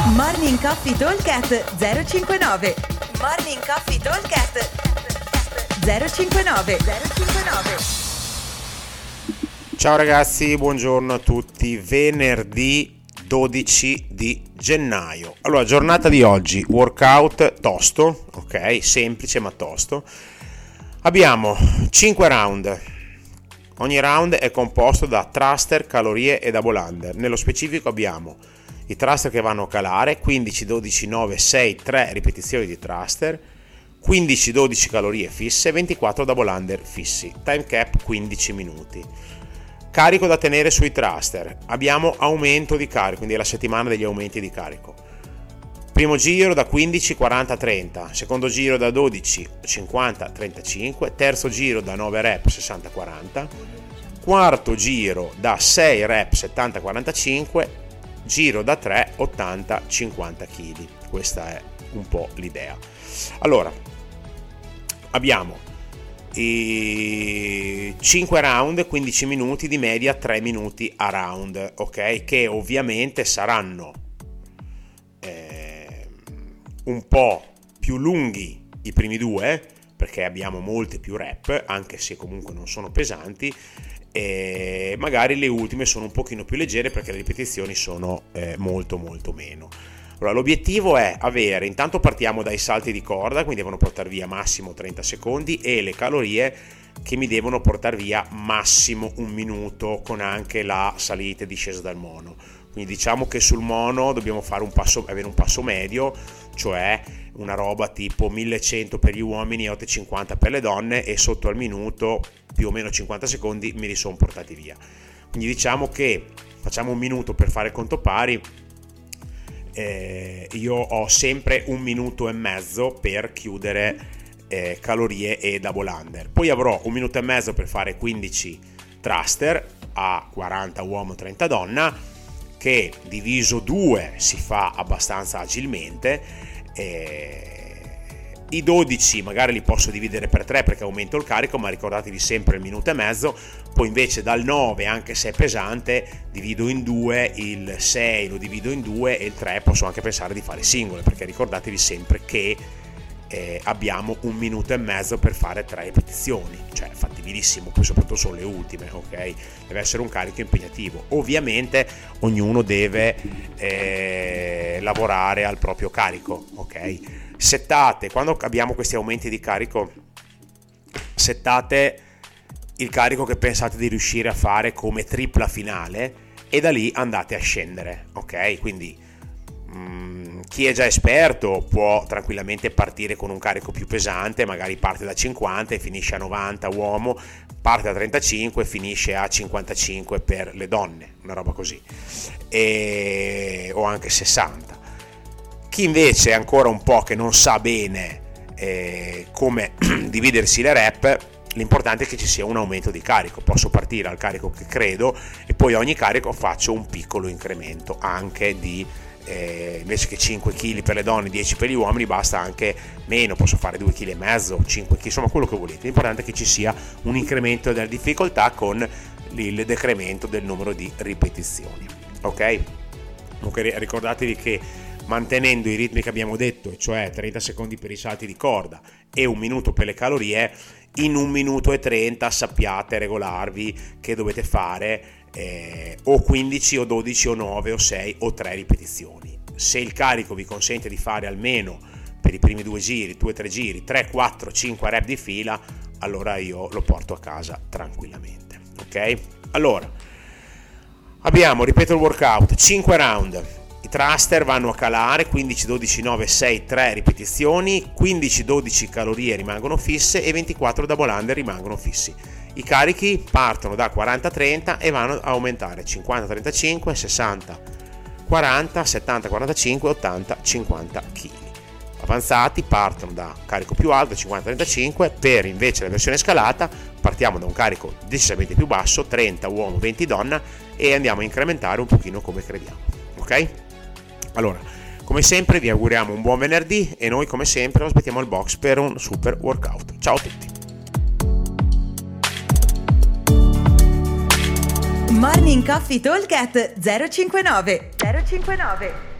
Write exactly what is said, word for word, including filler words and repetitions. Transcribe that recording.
Morning Coffee Talkcast zero cinquantanove. Morning Coffee Talkcast zero cinquantanove. zero cinquantanove. Ciao ragazzi, buongiorno a tutti. Venerdì dodici di gennaio. Allora, giornata di oggi, workout tosto, ok, semplice ma tosto. Abbiamo cinque round. Ogni round è composto da thruster, calorie e double under. Nello specifico abbiamo i thruster che vanno a calare, quindici, dodici, nove, sei, tre ripetizioni di thruster, quindici, dodici calorie fisse, ventiquattro double under fissi, time cap quindici minuti. Carico da tenere sui thruster, abbiamo aumento di carico, quindi è la settimana degli aumenti di carico. Primo giro da quindici, quaranta, trenta, secondo giro da dodici, cinquanta, trentacinque, terzo giro da nove rep, sessanta, quaranta, quarto giro da sei rep, settanta, quarantacinque, giro da tre, ottanta, cinquanta chili. Questa è un po' l'idea. Allora, abbiamo i cinque round, quindici minuti, di media tre minuti a round, ok? Che ovviamente saranno eh, un po' più lunghi i primi due, perché abbiamo molte più rep, anche se comunque non sono pesanti, e magari le ultime sono un pochino più leggere perché le ripetizioni sono eh, molto molto meno. Allora, l'obiettivo è avere, intanto partiamo dai salti di corda, quindi devono portare via massimo trenta secondi, e le calorie che mi devono portare via massimo un minuto, con anche la salita e discesa dal mono. Quindi diciamo che sul mono dobbiamo fare un passo, avere un passo medio, cioè una roba tipo millecento per gli uomini e ottocentocinquanta per le donne, e sotto al minuto più o meno cinquanta secondi me li sono portati via. Quindi diciamo che facciamo un minuto per fare conto pari. Eh, io ho sempre un minuto e mezzo per chiudere eh, calorie e double under. Poi avrò un minuto e mezzo per fare quindici thruster a quaranta uomo, trenta donna, che diviso due si fa abbastanza agilmente. Eh, I dodici magari li posso dividere per tre perché aumento il carico, ma ricordatevi sempre il minuto e mezzo. Poi invece dal nove, anche se è pesante, divido in due, il sei lo divido in due e il tre posso anche pensare di fare singole, perché ricordatevi sempre che eh, abbiamo un minuto e mezzo per fare tre ripetizioni, cioè fattibilissimo. Poi soprattutto sono le ultime, ok? Deve essere un carico impegnativo. Ovviamente ognuno deve eh, lavorare al proprio carico, ok? Settate, quando abbiamo questi aumenti di carico, settate il carico che pensate di riuscire a fare come tripla finale, e da lì andate a scendere, ok? Quindi mh, chi è già esperto può tranquillamente partire con un carico più pesante, magari parte da cinquanta e finisce a novanta uomo, parte da trentacinque e finisce a cinquantacinque per le donne, una roba così, e, o anche sessanta. Chi invece è ancora un po' che non sa bene eh, come dividersi le rep, l'importante è che ci sia un aumento di carico. Posso partire al carico che credo e poi ogni carico faccio un piccolo incremento, anche di eh, invece che cinque chili per le donne, dieci per gli uomini, basta anche meno, posso fare due virgola cinque chili, cinque chili, insomma quello che volete. L'importante è che ci sia un incremento della difficoltà con il decremento del numero di ripetizioni, ok? Comunque ricordatevi che mantenendo i ritmi che abbiamo detto, cioè trenta secondi per i salti di corda e un minuto per le calorie, in un minuto e trenta sappiate regolarvi che dovete fare eh, o quindici o dodici o nove o sei o tre ripetizioni. Se il carico vi consente di fare almeno per i primi due giri, due tre giri, tre, quattro, cinque rep di fila, allora io lo porto a casa tranquillamente, ok? Allora, abbiamo, ripeto il workout, cinque round. I thruster vanno a calare, quindici, dodici, nove, sei, tre ripetizioni, quindici, dodici calorie rimangono fisse e ventiquattro double under rimangono fissi. I carichi partono da quaranta trenta e vanno a aumentare cinquanta trentacinque, sessanta quaranta, settanta quarantacinque, ottanta cinquanta chili. Avanzati partono da carico più alto, cinquanta trentacinque, per invece la versione scalata partiamo da un carico decisamente più basso, trenta uomo, venti donna, e andiamo a incrementare un pochino come crediamo, ok? Allora, come sempre vi auguriamo un buon venerdì e noi come sempre lo aspettiamo al box per un super workout. Ciao a tutti. Morning Coffee Talk zero cinquantanove. zero cinquantanove.